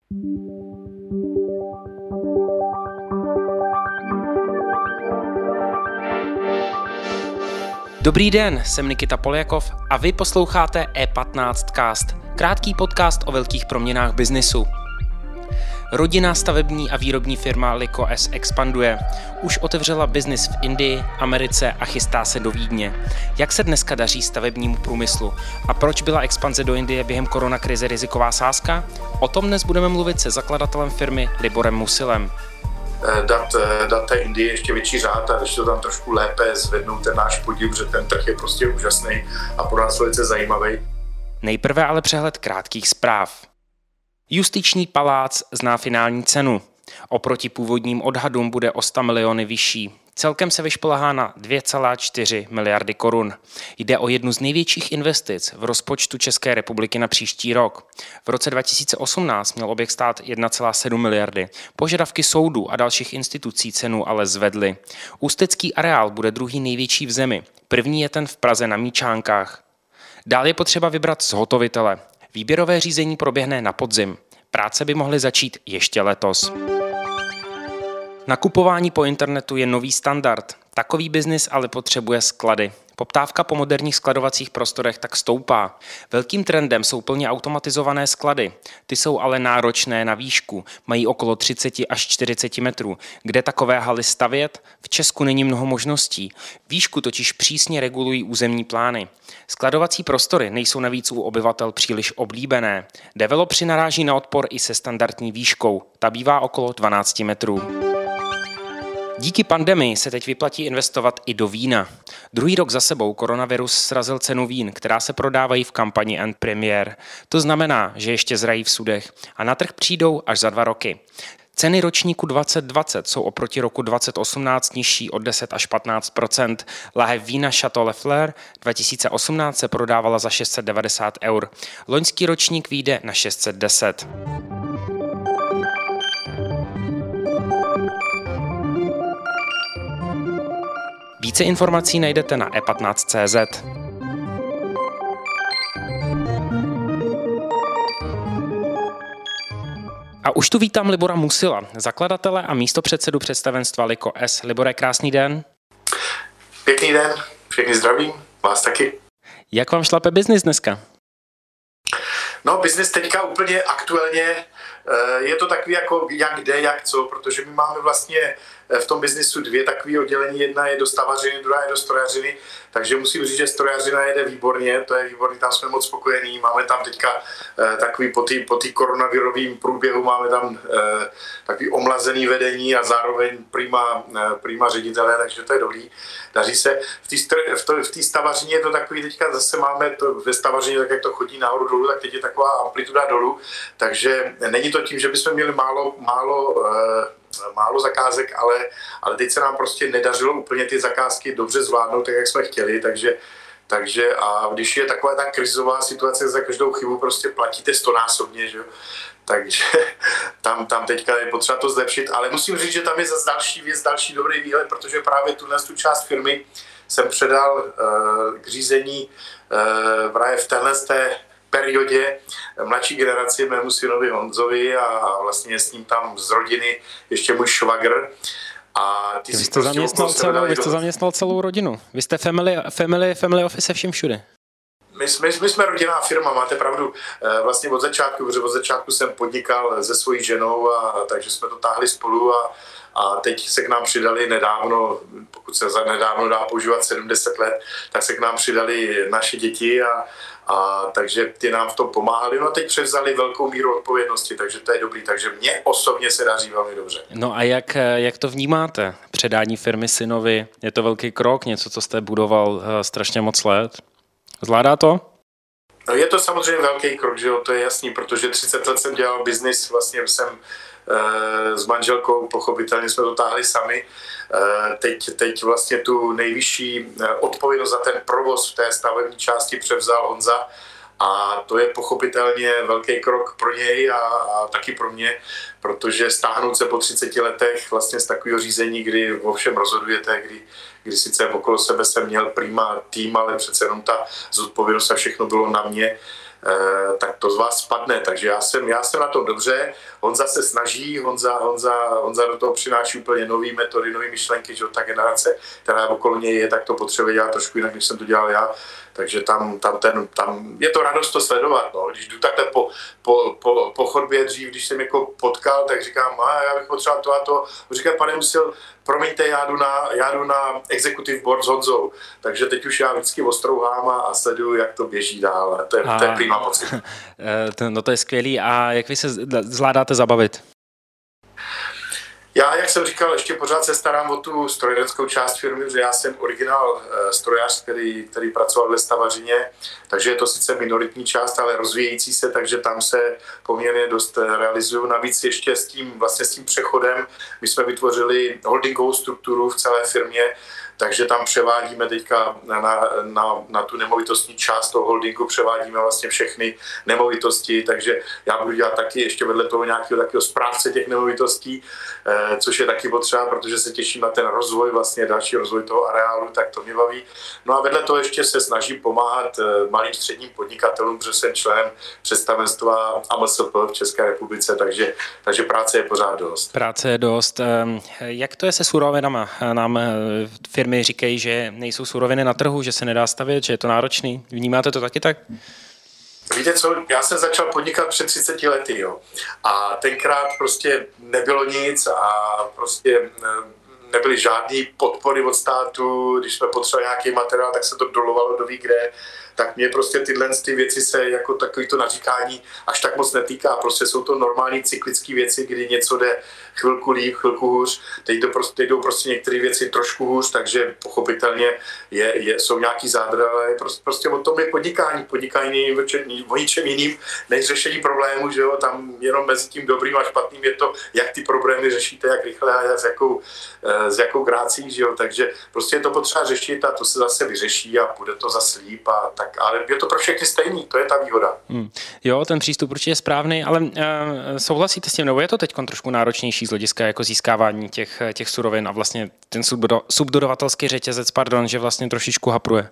Dobrý den, jsem Nikita Poljakov a vy posloucháte E15cast, krátký podcast o velkých proměnách biznisu. Rodinná stavební a výrobní firma Lico S expanduje. Už otevřela biznis v Indii, Americe a chystá se do Vídně. Jak se dneska daří stavebnímu průmyslu? A proč byla expanze do Indie během koronakrize riziková sázka? O tom dnes budeme mluvit se zakladatelem firmy Liborem Musilem. Dát té Indii ještě větší řád a když to tam trošku lépe zvednout ten náš podíl, že ten trh je prostě úžasný a pro nás velice zajímavý. Nejprve ale přehled krátkých zpráv. Justiční palác zná finální cenu. Oproti původním odhadům bude o 100 miliony vyšší. Celkem se vyšplhá na 2,4 miliardy korun. Jde o jednu z největších investic v rozpočtu České republiky na příští rok. V roce 2018 měl objekt stát 1,7 miliardy. Požadavky soudů a dalších institucí cenu ale zvedly. Ústecký areál bude druhý největší v zemi. První je ten v Praze na Míčánkách. Dál je potřeba vybrat zhotovitele. Výběrové řízení proběhne na podzim. Práce by mohly začít ještě letos. Nakupování po internetu je nový standard. Takový biznis ale potřebuje sklady. Poptávka po moderních skladovacích prostorech tak stoupá. Velkým trendem jsou plně automatizované sklady. Ty jsou ale náročné na výšku, mají okolo 30 až 40 metrů. Kde takové haly stavět? V Česku není mnoho možností. Výšku totiž přísně regulují územní plány. Skladovací prostory nejsou navíc u obyvatel příliš oblíbené. Developři naráží na odpor i se standardní výškou. Ta bývá okolo 12 metrů. Díky pandemii se teď vyplatí investovat i do vína. Druhý rok za sebou koronavirus srazil cenu vín, která se prodávají v kampani and premiér. To znamená, že ještě zrají v sudech a na trh přijdou až za 2 roky. Ceny ročníku 2020 jsou oproti roku 2018 nižší o 10 až 15%. Lahev vína Chateau Lafleur 2018 se prodávala za 690 eur. Loňský ročník vyjde na 610. Více informací najdete na e15.cz. A už tu vítám Libora Musila, zakladatele a místopředsedu představenstva Lico S. Libore, krásný den. Pěkný den, všechny zdravím, vás taky. Jak vám šlape biznis dneska? No, biznis teďka úplně aktuálně je to takový jako jak jde, jak co, protože my máme vlastně v tom biznisu 2 takové oddělení. Jedna je do stavařiny, druhá je do strojařiny, takže musím říct, že strojařina jede výborně, to je výborný, tam jsme moc spokojení. Máme tam teďka takový po té koronavirovým průběhu máme tam takový omlazený vedení a zároveň prima ředitele, takže to je dobrý. Daří se. V té stavařině je to takový, teďka zase máme to ve stavařině, tak jak to chodí nahoru dolů, tak teď je taková amplituda dolů, takže není to tím, že bychom měli málo zakázek, ale teď se nám prostě nedařilo úplně ty zakázky dobře zvládnout, tak jak jsme chtěli, takže a když je taková ta krizová situace, za každou chybu prostě platíte 100násobně, že jo? Takže tam teďka je potřeba to zlepšit, ale musím říct, že tam je zase další dobrý výhled, protože právě tu část firmy jsem předal k řízení právě v té periodě mladší generaci mému synovi Honzovi a vlastně s ním tam z rodiny ještě můj švagr. A vy jste zaměstnal celou rodinu. Vy jste family office všem všude. My jsme rodinná firma, máte pravdu, vlastně od začátku, protože od začátku jsem podnikal se svojí ženou a takže jsme to táhli spolu a teď se k nám přidali nedávno, pokud se za nedávno dá používat 70 let, tak se k nám přidali naše děti a takže ty nám v tom pomáhali. No a teď převzali velkou míru odpovědnosti, takže to je dobrý. Takže mně osobně se daří velmi dobře. No a jak to vnímáte? Předání firmy synovi, je to velký krok, něco, co jste budoval strašně moc let? Zvládá to? No je to samozřejmě velký krok, že jo, to je jasný, protože 30 let jsem dělal biznis, vlastně jsem s manželkou, pochopitelně jsme to táhli sami. Teď vlastně tu nejvyšší odpovědnost za ten provoz v té stavební části převzal Honza a to je pochopitelně velký krok pro něj a taky pro mě, protože stáhnout se po 30 letech vlastně z takového řízení, kdy o všem rozhodujete, kdy sice okolo sebe jsem měl prima tým, ale přece jenom ta zodpovědnost a všechno bylo na mě, tak to z vás spadne. Takže já jsem na tom dobře, Honza se snaží, Honza do toho přináší úplně nové metody, nové myšlenky, že ta generace, která okolo něj je, tak to potřebuje dělat trošku jinak, než jsem to dělal já. Takže tam je to radost to sledovat. No. Když jdu takhle po chodbě dřív, když jsem jako potkal, tak říkám, já bych potřeboval to a to. Říkám, pane Musil, promiňte, já jdu na executive board s Honzou. Takže teď už já vždycky ostrouhám a sleduju, jak to běží dál. A to je prima pocit. No to je skvělý. A jak vy se zvládáte zabavit? Já, jak jsem říkal, ještě pořád se starám o tu strojírenskou část firmy, protože já jsem originál strojař, který pracoval ve stavařině, takže je to sice minoritní část, ale rozvíjející se, takže tam se poměrně dost realizuju. Navíc ještě s tím přechodem my jsme vytvořili holdingovou strukturu v celé firmě, takže tam převádíme teďka na tu nemovitostní část toho holdingu, převádíme vlastně všechny nemovitosti, takže já budu dělat taky ještě vedle toho nějakého takového správce těch nemovitostí, což je taky potřeba, protože se těším na ten rozvoj, vlastně další rozvoj toho areálu, tak to mě baví. No a vedle toho ještě se snažím pomáhat malým středním podnikatelům, protože jsem členem představenstva AMSP v České republice, takže práce je pořád dost. Práce je dost. Jak to je se surovinama? Nám firmy říkají, že nejsou suroviny na trhu, že se nedá stavět, že je to náročný. Vnímáte to taky tak? Víte co, já jsem začal podnikat před 30 lety, jo. A tenkrát prostě nebylo nic a prostě nebyly žádné podpory od státu, když jsme potřebovali nějaký materiál, tak se to dolovalo do ví kde. Tak mě prostě tyhle věci se jako takovýto naříkání až tak moc netýká. Prostě jsou to normální cyklické věci, kdy něco jde chvilku líp, chvilku hůř. Teď jdou prostě některé věci trošku hůř, takže pochopitelně jsou nějaký zádrhy, ale prostě o tom je podnikání. Podnikání není o ničem jiným než řešení problémů, že jo? Tam jenom mezi tím dobrým a špatným je to, jak ty problémy řešíte, jak rychle a s jakou grácí, že jo? Takže prostě je to potřeba řešit a to se zase vyřeší a bude to zase líp a tak. Ale je to pro všechny stejný, to je ta výhoda. Jo, ten přístup určitě je správný, ale souhlasíte s tím, nebo je to teď trošku náročnější z hlediska jako získávání těch surovin a vlastně ten subdodavatelský řetězec, že vlastně trošičku hapruje?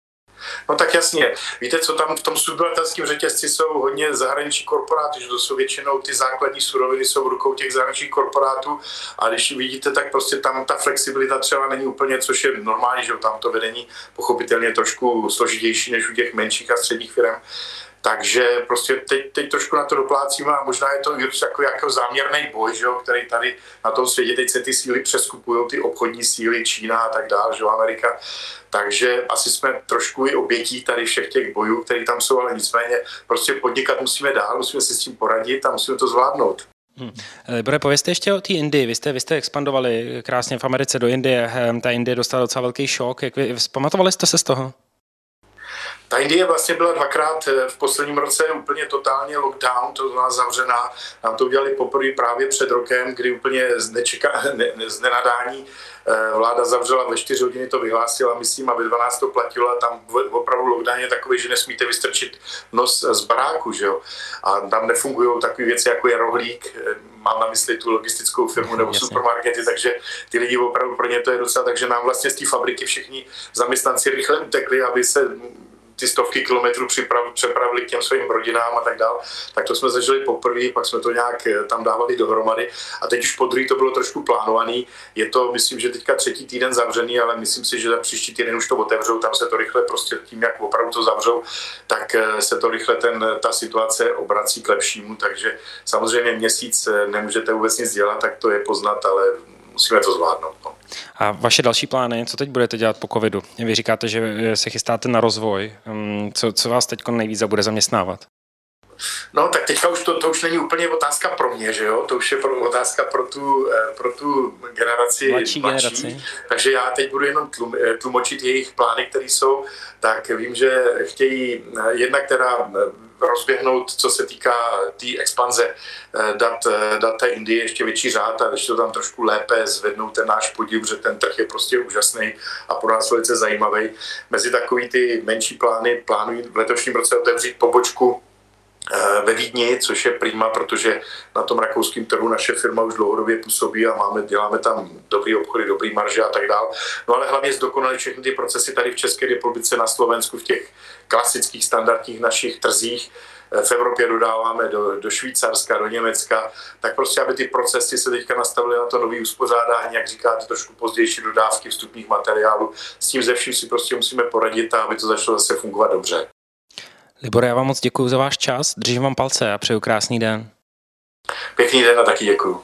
No tak jasně. Víte, co tam v tom subdodavatelském řetězci jsou hodně zahraniční korporáty, že to jsou většinou ty základní suroviny jsou v rukou těch zahraničních korporátů a když vidíte, tak prostě tam ta flexibilita třeba není úplně, což je normální, že tam to vedení pochopitelně trošku složitější než u těch menších a středních firm. Takže prostě teď trošku na to doplácíme a možná je to jako záměrný boj, že jo, který tady na tom světě, teď se ty síly přeskupují, ty obchodní síly, Čína a tak dále, že jo, Amerika. Takže asi jsme trošku i obětí tady všech těch bojů, které tam jsou, ale nicméně prostě podnikat musíme dál, musíme si s tím poradit a musíme to zvládnout. Libore, povězte ještě o té Indii. Vy jste expandovali krásně v Americe do Indie, ta Indie dostala docela velký šok. Vzpamatovali jste se z toho? Ta Indie vlastně byla dvakrát v posledním roce úplně totálně lockdown, to byla zavřená. Nám to udělali poprvé právě před rokem, kdy úplně z nenadání vláda zavřela ve 4 hodiny, to vyhlásila, myslím, a ve 12 to platilo a tam opravdu lockdown je takový, že nesmíte vystrčit nos z baráku, že jo. A tam nefungují takové věci, jako je rohlík, mám na mysli tu logistickou firmu nebo supermarkety, takže ty lidi opravdu pro ně to je docela, takže nám vlastně z té fabriky všichni zaměstnanci rychle utekli, aby se ty stovky kilometrů přepravili k těm svým rodinám a tak dál. Tak to jsme zažili poprvé, pak jsme to nějak tam dávali dohromady a teď už podruhé to bylo trošku plánovaný. Je to, myslím, že teďka 3. týden zavřený, ale myslím si, že za příští týden už to otevřou, tam se to rychle prostě tím, jak opravdu to zavřou, tak se to rychle ta situace obrací k lepšímu, takže samozřejmě měsíc nemůžete vůbec nic dělat, tak to je poznat, ale musíme to zvládnout. No. A vaše další plány, co teď budete dělat po covidu? Vy říkáte, že se chystáte na rozvoj. Co vás teď nejvíc bude zaměstnávat? No tak teďka už to už není úplně otázka pro mě, že jo? To už je otázka pro tu generaci mladší. Takže já teď budu jenom tlumočit jejich plány, které jsou. Tak vím, že chtějí jednak teda rozběhnout, co se týká té expanze, dát té Indii ještě větší řád a ještě to tam trošku lépe zvednout ten náš podíl, protože ten trh je prostě úžasný a pro nás velice zajímavý. Mezi takový ty menší plánují v letošním roce otevřít pobočku ve Vídni, což je prima, protože na tom rakouském trhu naše firma už dlouhodobě působí a děláme tam dobrý obchody, dobrý marže a tak dál. No ale hlavně zdokonalit všechny ty procesy tady v České republice, na Slovensku, v těch klasických standardních našich trzích. V Evropě dodáváme do Švýcarska, do Německa, tak prostě, aby ty procesy se teďka nastavily na to nový uspořádání, jak říkáte, trošku pozdější dodávky vstupních materiálů. S tím ze vším si prostě musíme poradit, aby to začalo zase fungovat dobře. Libore, já vám moc děkuji za váš čas, držím vám palce a přeju krásný den. Pěkný den a taky děkuju.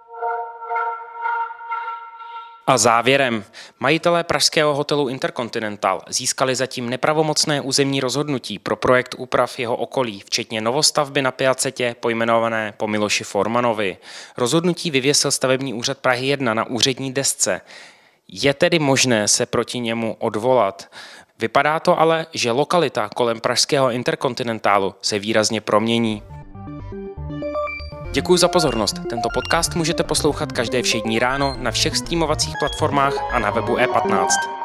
A závěrem, majitelé pražského hotelu Intercontinental získali zatím nepravomocné územní rozhodnutí pro projekt úprav jeho okolí, včetně novostavby na Piacetě pojmenované po Miloši Formanovi. Rozhodnutí vyvěsil stavební úřad Prahy 1 na úřední desce. Je tedy možné se proti němu odvolat. Vypadá to ale, že lokalita kolem pražského Intercontinentalu se výrazně promění. Děkuji za pozornost. Tento podcast můžete poslouchat každé všední ráno na všech streamovacích platformách a na webu E15.